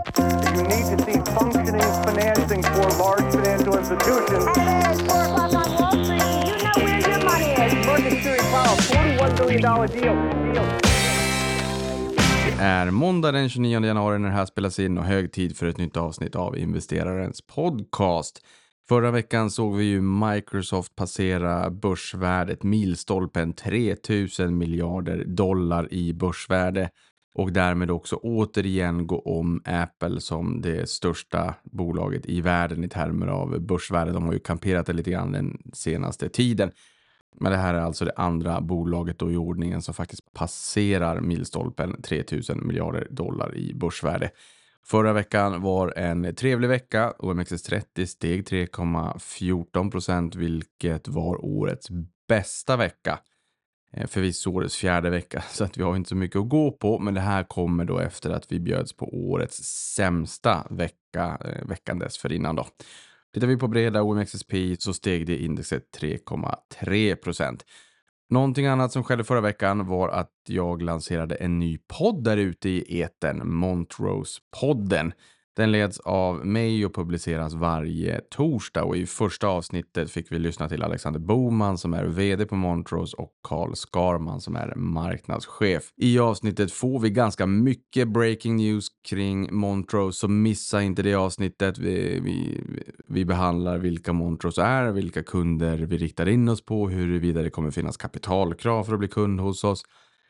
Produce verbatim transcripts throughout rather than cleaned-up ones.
You need to see functioning financing for large financial institutions. And it's four o'clock on Wall Street. You know where your money is. Market Security Powell, forty-one billion dollars deal. deal. Det är måndag den tjugonionde januari när det här spelas in och hög tid för ett nytt avsnitt av Investerarens podcast. Förra veckan såg vi ju Microsoft passera börsvärdet, milstolpen tre tusen miljarder dollar i börsvärde. Och därmed också återigen gå om Apple som det största bolaget i världen i termer av börsvärde. De har ju kamperat det lite grann den senaste tiden. Men det här är alltså det andra bolaget då i ordningen som faktiskt passerar milstolpen tre tusen miljarder dollar i börsvärde. Förra veckan var en trevlig vecka. O M X S trettio steg tre komma fjorton procent vilket var årets bästa vecka. Förvisso årets fjärde vecka så att vi har inte så mycket att gå på. Men det här kommer då efter att vi bjöds på årets sämsta vecka veckan dessförinnan då. Tittar vi på breda O M X S P så steg det indexet tre komma tre procent. Någonting annat som skedde förra veckan var att jag lanserade en ny podd där ute i etern, Montrose-podden. Den leds av mig och publiceras varje torsdag och i första avsnittet fick vi lyssna till Alexander Boman som är vd på Montrose och Carl Skarman som är marknadschef. I avsnittet får vi ganska mycket breaking news kring Montrose så missa inte det avsnittet. Vi, vi, vi behandlar vilka Montrose är, vilka kunder vi riktar in oss på, huruvida det kommer finnas kapitalkrav för att bli kund hos oss.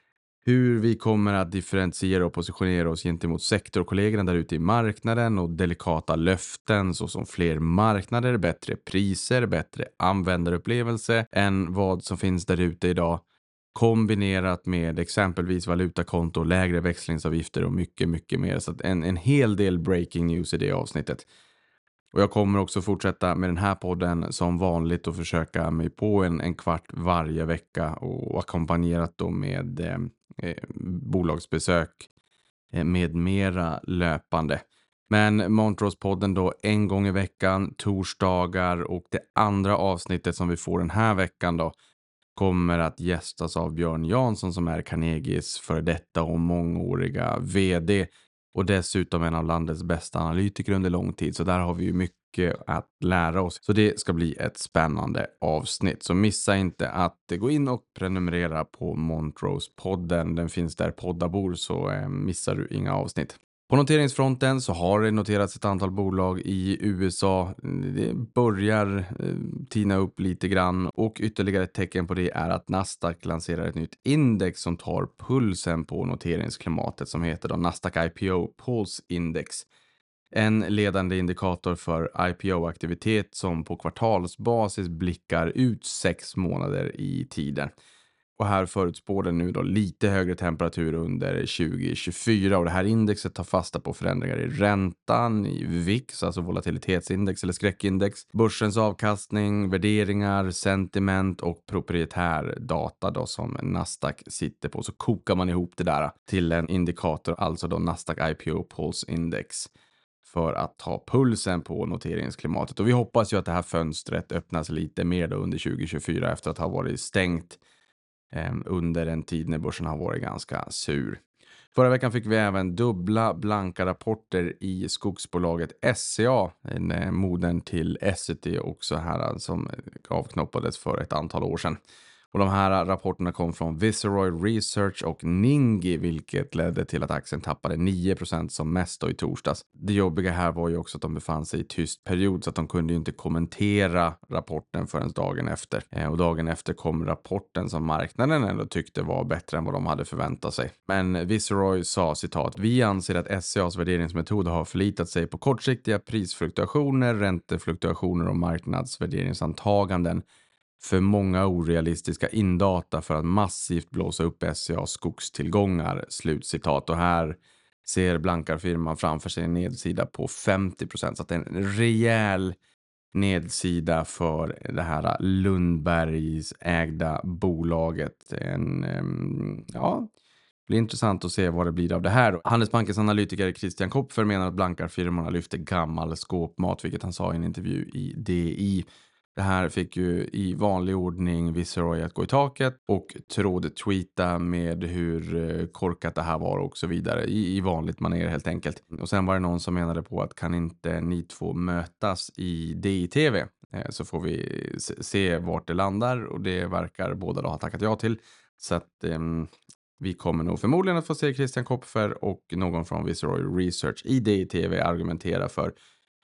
Hur vi kommer att differentiera och positionera oss gentemot sektorkollegorna där ute i marknaden och delikata löften såsom fler marknader, bättre priser, bättre användarupplevelse än vad som finns där ute idag. Kombinerat med exempelvis valutakonto, lägre växlingsavgifter och mycket, mycket mer. Så att en, en hel del breaking news i det avsnittet. Och jag kommer också fortsätta med den här podden som vanligt och försöka mig på en, en kvart varje vecka och ackompanjerat då med eh, eh, bolagsbesök eh, med mera löpande. Men Montrose-podden då en gång i veckan, torsdagar och det andra avsnittet som vi får den här veckan då kommer att gästas av Björn Jansson som är Carnegies för detta och mångåriga vd. Och dessutom en av landets bästa analytiker under lång tid. Så där har vi ju mycket att lära oss. Så det ska bli ett spännande avsnitt. Så missa inte att gå in och prenumerera på Montrose-podden. Den finns där poddar bor så eh, missar du inga avsnitt. På noteringsfronten så har det noterats ett antal bolag i U S A. Det börjar eh, tina upp lite grann och ytterligare ett tecken på det är att Nasdaq lanserar ett nytt index som tar pulsen på noteringsklimatet som heter då Nasdaq I P O Pulse Index. En ledande indikator för I P O-aktivitet som på kvartalsbasis blickar ut sex månader i tiden. Och här förutspår den nu då lite högre temperatur under tjugo tjugofyra och det här indexet tar fasta på förändringar i räntan, i V I X, alltså volatilitetsindex eller skräckindex, börsens avkastning, värderingar, sentiment och proprietär data då som Nasdaq sitter på. Så kokar man ihop det där till en indikator, alltså då Nasdaq I P O Pulse Index för att ta pulsen på noteringsklimatet. Och vi hoppas ju att det här fönstret öppnas lite mer då under tjugo tjugofyra efter att ha varit stängt under en tid när börsen har varit ganska sur. Förra veckan fick vi även dubbla blanka rapporter i skogsbolaget S C A, en modern till Essity också här som avknoppades för ett antal år sedan. Och de här rapporterna kom från Viceroy Research och Ningi vilket ledde till att aktien tappade nio procent som mest då i torsdags. Det jobbiga här var ju också att de befann sig i tyst period så att de kunde ju inte kommentera rapporten förrän dagen efter. Och dagen efter kom rapporten som marknaden ändå tyckte var bättre än vad de hade förväntat sig. Men Viceroy sa citat: "Vi anser att S C A:s värderingsmetod har förlitat sig på kortsiktiga prisfluktuationer, räntefluktuationer och marknadsvärderingsantaganden för många orealistiska indata för att massivt blåsa upp S C A:s skogstillgångar." Slutcitat. Och här ser blankarfirman framför sig en nedsida på femtio procent. Så att det är en rejäl nedsida för det här Lundbergs ägda bolaget. En, ja, det blir intressant att se vad det blir av det här. Handelsbankens analytiker Christian Kopfer menar att blankarfirmorna lyfter gammal skåpmat, vilket han sa i en intervju i D I. Det här fick ju i vanlig ordning Viceroy att gå i taket och tråd-tweeta med hur eh, korkat det här var och så vidare. I, I vanligt manér helt enkelt. Och sen var det någon som menade på att kan inte ni två mötas i D I T V? Eh, så får vi se, se vart det landar och det verkar båda då ha tackat ja till. Så att ehm, vi kommer nog förmodligen att få se Christian Kopfer och någon från Viceroy Research i D I T V argumentera för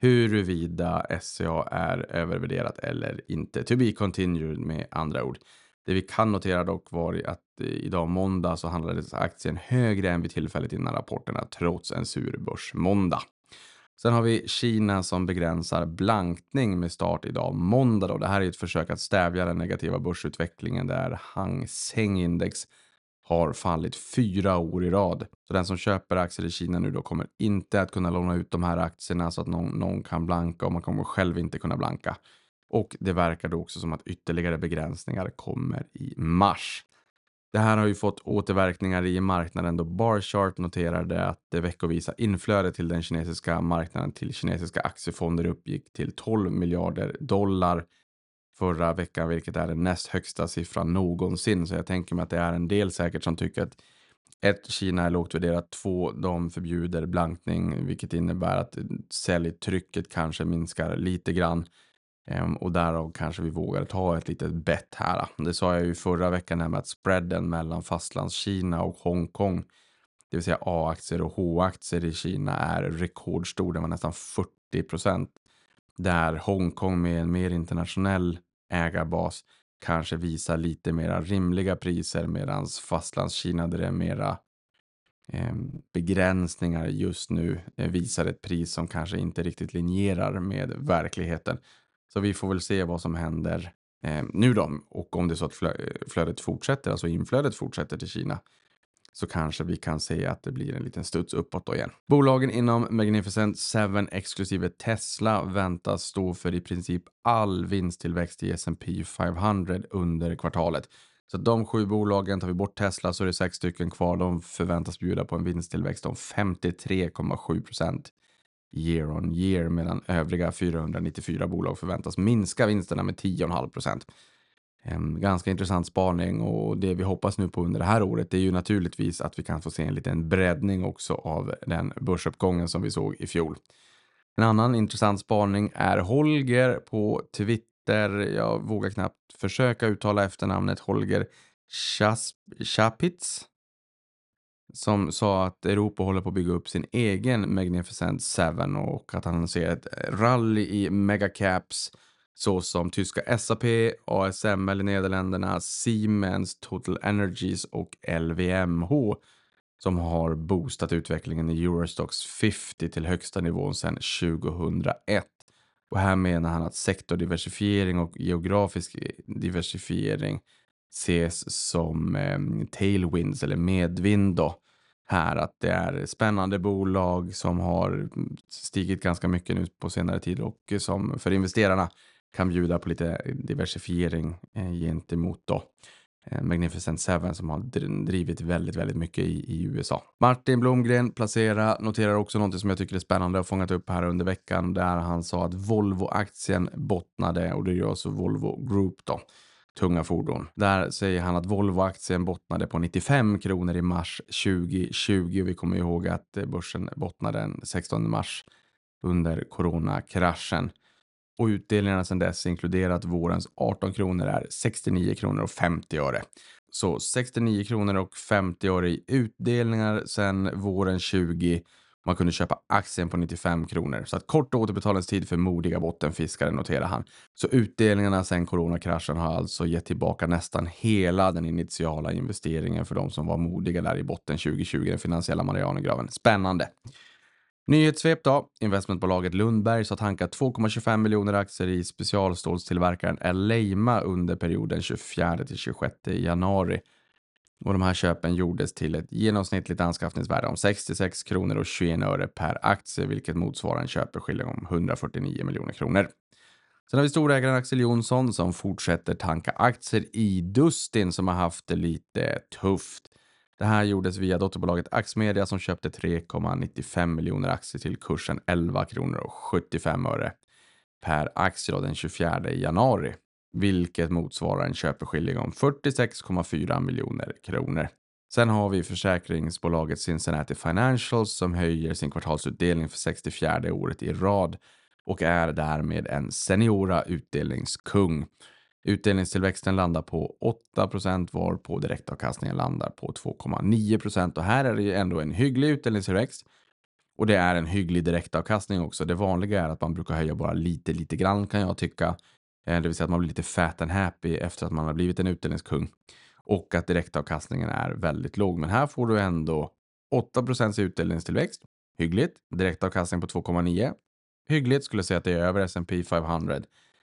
huruvida S C A är övervärderat eller inte. To be continued med andra ord. Det vi kan notera dock var att idag måndag så handlades aktien högre än vid tillfället innan rapporterna trots en sur börsmåndag. Sen har vi Kina som begränsar blankning med start idag måndag. Då. Det här är ett försök att stävja den negativa börsutvecklingen där Hang Seng Index har fallit fyra år i rad. Så den som köper aktier i Kina nu då kommer inte att kunna låna ut de här aktierna så att någon, någon kan blanka och man kommer själv inte kunna blanka. Och det verkar då också som att ytterligare begränsningar kommer i mars. Det här har ju fått återverkningar i marknaden då Barchart noterade att det veckovisa inflödet till den kinesiska marknaden till kinesiska aktiefonder uppgick till tolv miljarder dollar förra veckan, vilket är den näst högsta siffran någonsin. Så jag tänker mig att det är en del säkert som tycker att ett, Kina är lågt värderat, två, de förbjuder blankning, vilket innebär att säljtrycket kanske minskar lite grann. Um, och därav kanske vi vågar ta ett litet bett här. Det sa jag ju förra veckan här med att spreaden mellan fastlandskina och Hongkong, det vill säga A-aktier och H-aktier i Kina, är rekordstor. Den var nästan fyrtio procent. Där Hongkong med en mer internationell ägarbas kanske visar lite mera rimliga priser, medan fastlandskina där det är mera eh, begränsningar just nu eh, visar ett pris som kanske inte riktigt linjerar med verkligheten. Så vi får väl se vad som händer eh, nu då, och om det är så att flö- flödet fortsätter, alltså inflödet fortsätter till Kina, så kanske vi kan se att det blir en liten studs uppåt då igen. Bolagen inom Magnificent Seven exklusive Tesla väntas stå för i princip all vinsttillväxt i S and P femhundra under kvartalet. Så de sju bolagen, tar vi bort Tesla så är det sex stycken kvar. De förväntas bjuda på en vinsttillväxt om femtiotre komma sju procent year on year, medan övriga fyrahundranittiofyra bolag förväntas minska vinsterna med tio komma fem procent. En ganska intressant spaning, och det vi hoppas nu på under det här året är ju naturligtvis att vi kan få se en liten breddning också av den börsuppgången som vi såg i fjol. En annan intressant spaning är Holger på Twitter. Jag vågar knappt försöka uttala efternamnet Holger Chapitz, som sa att Europa håller på att bygga upp sin egen Magnificent Seven och att han ser ett rally i megacaps såsom tyska S A P, A S M L i Nederländerna, Siemens, Total Energies och L V M H som har boostat utvecklingen i Eurostoxx femtio till högsta nivån sedan tjugohundraett. Och här menar han att sektordiversifiering och geografisk diversifiering ses som eh, tailwinds eller medvind då. Här att det är spännande bolag som har stigit ganska mycket nu på senare tid och som för investerarna kan bjuda på lite diversifiering eh, gentemot då eh, Magnificent Seven som har drivit väldigt, väldigt mycket i, i U S A. Martin Blomgren placera, noterar också något som jag tycker är spännande och fångat upp här under veckan, där han sa att Volvo-aktien bottnade, och det gör så Volvo Group då. Tunga fordon. Där säger han att Volvo-aktien bottnade på nittiofem kronor i mars tjugohundratjugo. Vi kommer ihåg att börsen bottnade den sextonde mars under coronakraschen. Och utdelningarna sedan dess, inkluderat vårens arton kronor, är sextionio kronor och femtio öre. Så sextionio kronor och femtio öre i utdelningar sedan våren tjugo. Man kunde köpa aktien på nittiofem kronor. Så att kort återbetalningstid för modiga bottenfiskare, noterar han. Så utdelningarna sedan coronakraschen har alltså gett tillbaka nästan hela den initiala investeringen för de som var modiga där i botten tjugohundratjugo, den finansiella Marianergraven. Spännande. Nyhetssvep då. Investmentbolaget Lundberg har tankat två komma tjugofem miljoner aktier i specialstålstillverkaren Alleima under perioden tjugofjärde till tjugosjätte januari. Och de här köpen gjordes till ett genomsnittligt anskaffningsvärde om sextiosex kronor och tjugoen öre per aktie, vilket motsvarar en köpeskilling om hundrafyrtionio miljoner kronor. Sen har vi storägaren Axel Jonsson som fortsätter tanka aktier i Dustin som har haft det lite tufft. Det här gjordes via dotterbolaget Axmedia som köpte tre komma nittiofem miljoner aktier till kursen elva kronor och sjuttiofem öre. per aktie då, den tjugofjärde januari. Vilket motsvarar en köpeskilling om fyrtiosex komma fyra miljoner kronor. Sen har vi försäkringsbolaget Cincinnati Financial som höjer sin kvartalsutdelning för sextiofjärde året i rad och är därmed en seniora utdelningskung. Utdelningstillväxten landar på åtta procent var på direktavkastningen landar på två komma nio procent och här är det ju ändå en hygglig utdelningstillväxt och det är en hygglig direktavkastning också. Det vanliga är att man brukar höja bara lite lite grann kan jag tycka. Det vill säga att man blir lite fat and happy efter att man har blivit en utdelningskung. Och att direktavkastningen är väldigt låg. Men här får du ändå åtta procent utdelningstillväxt. Hyggligt. Direktavkastning på två komma nio. Hyggligt skulle jag säga att det är över S and P femhundra.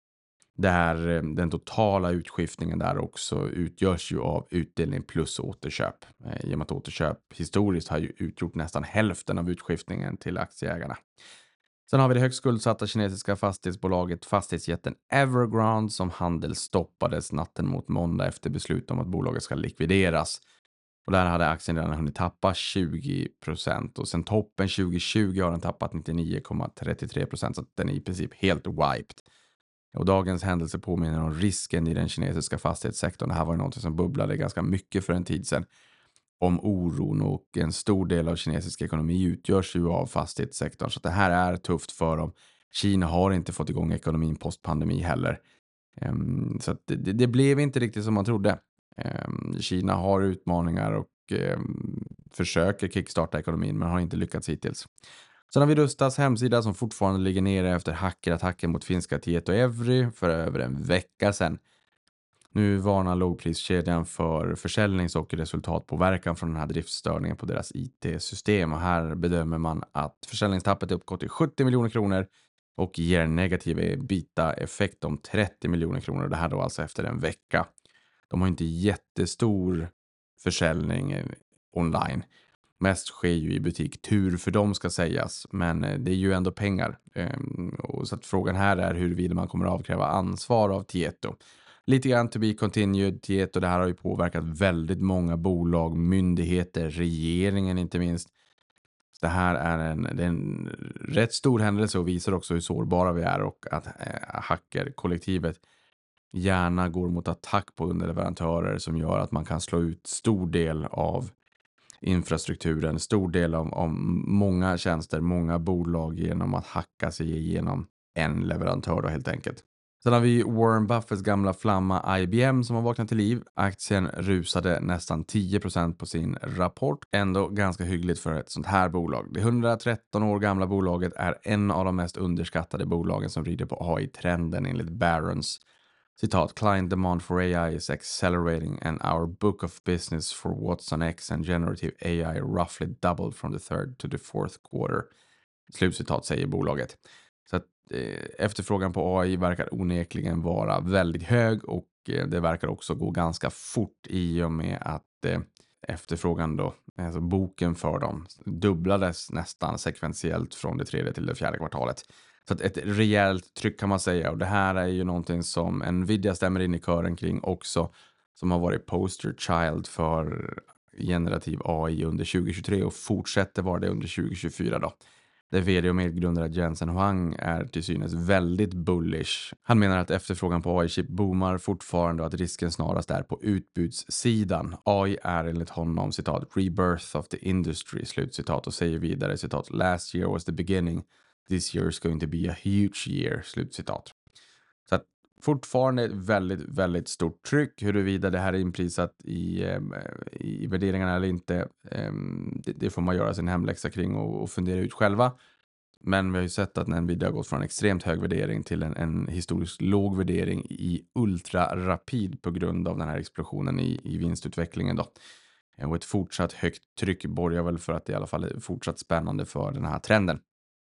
Där den totala utskiftningen där också utgörs ju av utdelning plus återköp. I och med att återköp historiskt har ju utgjort nästan hälften av utskiftningen till aktieägarna. Sen har vi det högst skuldsatta kinesiska fastighetsbolaget fastighetsjätten Evergrande som handelsstoppades natten mot måndag efter beslut om att bolaget ska likvideras. Och där hade aktien redan hunnit tappa tjugo procent och sen toppen tjugo tjugo har den tappat nittionio komma trettiotre procent så att den är i princip helt wiped. Och dagens händelse påminner om risken i den kinesiska fastighetssektorn. Det här var ju något som bubblade ganska mycket för en tid sedan. Om oron och en stor del av kinesisk ekonomi utgörs ju av fastighetssektorn. Så det här är tufft för dem. Kina har inte fått igång ekonomin postpandemi heller. Um, så det, det blev inte riktigt som man trodde. Um, Kina har utmaningar och um, försöker kickstarta ekonomin men har inte lyckats hittills. Sen har vi Rustas hemsida som fortfarande ligger nere efter hackerattacken mot finska Tieto Evry för över en vecka sedan. Nu varnar lågpriskedjan för försäljnings- och resultatpåverkan från den här driftstörningen på deras I T-system. Och här bedömer man att försäljningstappet uppgår till sjuttio miljoner kronor och ger en negativ EBITDA-effekt om trettio miljoner kronor. Det här då alltså efter en vecka. De har inte jättestor försäljning online. Mest sker ju i butik, tur för dem ska sägas, men det är ju ändå pengar. Och så att frågan här är huruvida man kommer att avkräva ansvar av Tieto. Lite grann to be continued, Tieto, det här har ju påverkat väldigt många bolag, myndigheter, regeringen inte minst. Så det här är en, det är en rätt stor händelse och visar också hur sårbara vi är och att äh, hackerkollektivet gärna går mot attack på underleverantörer som gör att man kan slå ut stor del av infrastrukturen, stor del av, av många tjänster, många bolag genom att hacka sig igenom en leverantör då helt enkelt. Sen har vi Warren Buffetts gamla flamma I B M som har vaknat till liv. Aktien rusade nästan tio procent på sin rapport. Ändå ganska hyggligt för ett sånt här bolag. Det hundratretton år gamla bolaget är en av de mest underskattade bolagen som rider på A I-trenden enligt Barron's. Citat, client demand for A I is accelerating and our book of business for Watson X and generative A I roughly doubled from the third to the fourth quarter. Slutcitat säger bolaget. Så att eh, efterfrågan på A I verkar onekligen vara väldigt hög och eh, det verkar också gå ganska fort i och med att eh, efterfrågan då, alltså boken för dem, dubblades nästan sekventiellt från det tredje till det fjärde kvartalet. Så att ett rejält tryck kan man säga och det här är ju någonting som Nvidia stämmer in i kören kring också som har varit poster child för generativ A I under tjugo tjugotre och fortsätter vara det under tjugo tjugofyra då. Där vd och medgrundare Jensen Huang är till synes väldigt bullish. Han menar att efterfrågan på A I-chip boomar fortfarande och att risken snarast är på utbudssidan. A I är enligt honom, citat, rebirth of the industry, slutcitat och säger vidare, citat, last year was the beginning. This year is going to be a huge year, slutcitat. Så att fortfarande ett väldigt, väldigt stort tryck. Huruvida det här är inprisat i, i värderingarna eller inte, det, det får man göra sin hemläxa kring och, och fundera ut själva. Men vi har ju sett att Nvidia har gått från en extremt hög värdering till en, en historiskt låg värdering i ultra rapid på grund av den här explosionen i, i vinstutvecklingen då. Och ett fortsatt högt tryck borgar väl för att det i alla fall är fortsatt spännande för den här trenden.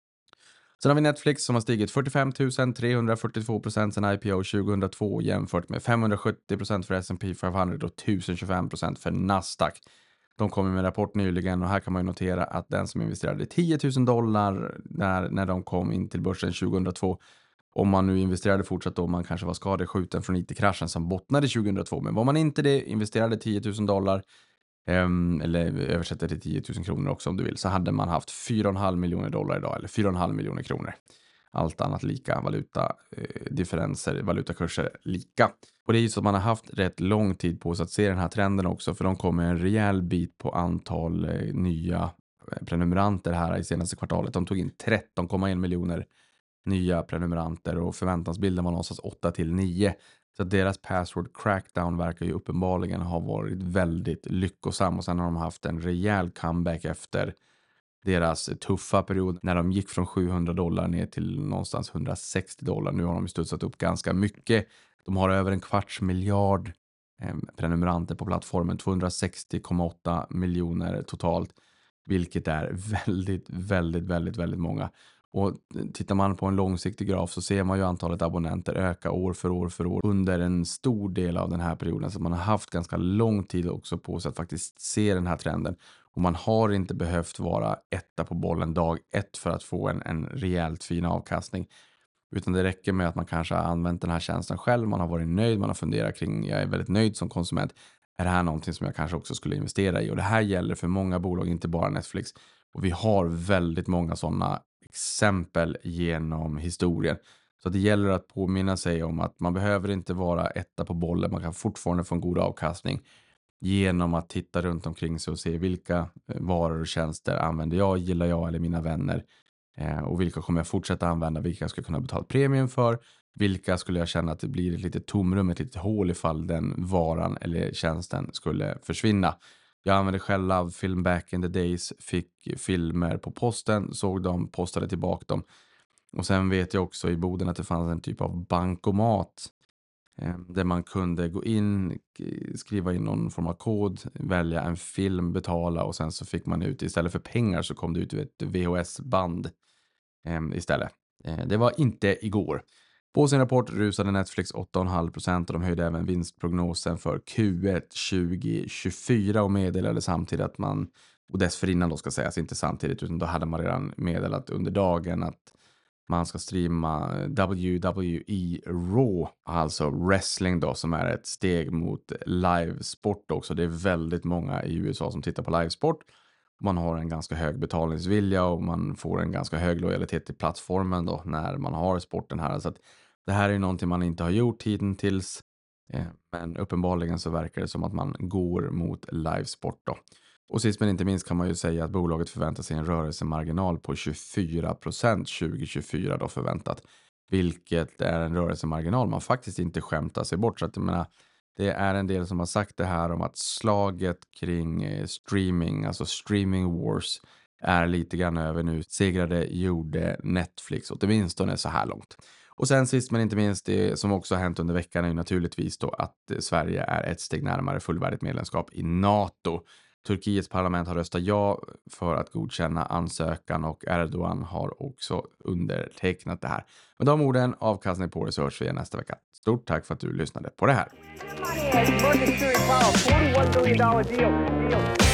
Sen har vi Netflix som har stigit fyrtiofem tusen trehundrafyrtiotvå procent sedan I P O tjugohundratvå jämfört med femhundrasjuttio procent för S and P femhundra och tusen tjugofem procent för Nasdaq. De kom med en rapport nyligen och här kan man ju notera att den som investerade tio tusen dollar när, när de kom in till börsen tjugohundratvå, om man nu investerade fortsatt då, man kanske var skadeskjuten från I T-kraschen som bottnade tjugohundratvå, men var man inte det, investerade tio tusen dollar Um, eller översätter till tio tusen kronor också om du vill, så hade man haft fyra komma fem miljoner dollar idag eller fyra komma fem miljoner kronor. allt annat lika, valuta eh, differenser, valutakurser lika. Och det är ju så att man har haft rätt lång tid på sig att se den här trenden också, för de kommer en rejäl bit på antal eh, nya eh, prenumeranter här i senaste kvartalet. De tog in tretton komma en miljoner nya prenumeranter och förväntansbilden var någonstans åtta till nio. Så att deras password crackdown verkar ju uppenbarligen ha varit väldigt lyckosam, och sen har de haft en rejäl comeback efter deras tuffa period när de gick från sjuhundra dollar ner till någonstans hundrasextio dollar. Nu har de studsat upp ganska mycket. De har över en kvarts miljard eh, prenumeranter på plattformen, tvåhundrasextio komma åtta miljoner totalt, vilket är väldigt, väldigt, väldigt, väldigt många. Och tittar man på en långsiktig graf så ser man ju antalet abonnenter öka år för år för år under en stor del av den här perioden. Så man har haft ganska lång tid också på sig att faktiskt se den här trenden. Och man har inte behövt vara etta på bollen dag ett för att få en, en rejält fin avkastning. Utan det räcker med att man kanske har använt den här tjänsten själv. Man har varit nöjd, man har funderat kring, jag är väldigt nöjd som konsument. Är det här någonting som jag kanske också skulle investera i? Och det här gäller för många bolag, inte bara Netflix. Och vi har väldigt många sådana exempel genom historien. Så det gäller att påminna sig om att man behöver inte vara etta på bollen. Man kan fortfarande få en god avkastning genom att titta runt omkring sig och se vilka varor och tjänster använder jag, gillar jag eller mina vänner. Eh, och vilka kommer jag fortsätta använda, vilka ska jag kunna betala premium för. Vilka skulle jag känna att det blir ett litet tomrum, ett litet hål ifall den varan eller tjänsten skulle försvinna. Jag använde själv LoveFilm back in the days, fick filmer på posten, såg dem, postade tillbaka dem. Och sen vet jag också i Boden att det fanns en typ av bankomat eh, där man kunde gå in, skriva in någon form av kod, välja en film, betala och sen så fick man ut, istället för pengar så kom det ut ett V H S-band eh, istället. Eh, det var inte igår. På sin rapport rusade Netflix åtta komma fem procent och de höjde även vinstprognosen för Q ett tjugo tjugofyra och meddelade samtidigt att man, och dessförinnan då ska sägas, inte samtidigt utan då hade man redan meddelat under dagen att man ska streama W W E Raw, alltså wrestling då, som är ett steg mot livesport också. Det är väldigt många i U S A som tittar på livesport. Man har en ganska hög betalningsvilja och man får en ganska hög lojalitet till plattformen då när man har sporten här. Så att det här är någonting man inte har gjort tiden tills, eh, men uppenbarligen så verkar det som att man går mot livesport då. Och sist men inte minst kan man ju säga att bolaget förväntar sig en rörelsemarginal på tjugofyra procent tjugo tjugofyra då förväntat. Vilket är en rörelsemarginal man faktiskt inte skämtar sig bort. Så att jag menar, det är en del som har sagt det här om att slaget kring eh, streaming, alltså streaming wars, är lite grann över nu. Segrade gjorde Netflix, åtminstone så här långt. Och sen sist men inte minst, det som också har hänt under veckan är ju naturligtvis då att Sverige är ett steg närmare fullvärdigt medlemskap i NATO. Turkiets parlament har röstat ja för att godkänna ansökan och Erdogan har också undertecknat det här. Med de orden, avkastning på det, så hörs vi nästa vecka. Stort tack för att du lyssnade på det här. Market Theory Powell, forty-one billion dollars deal. deal.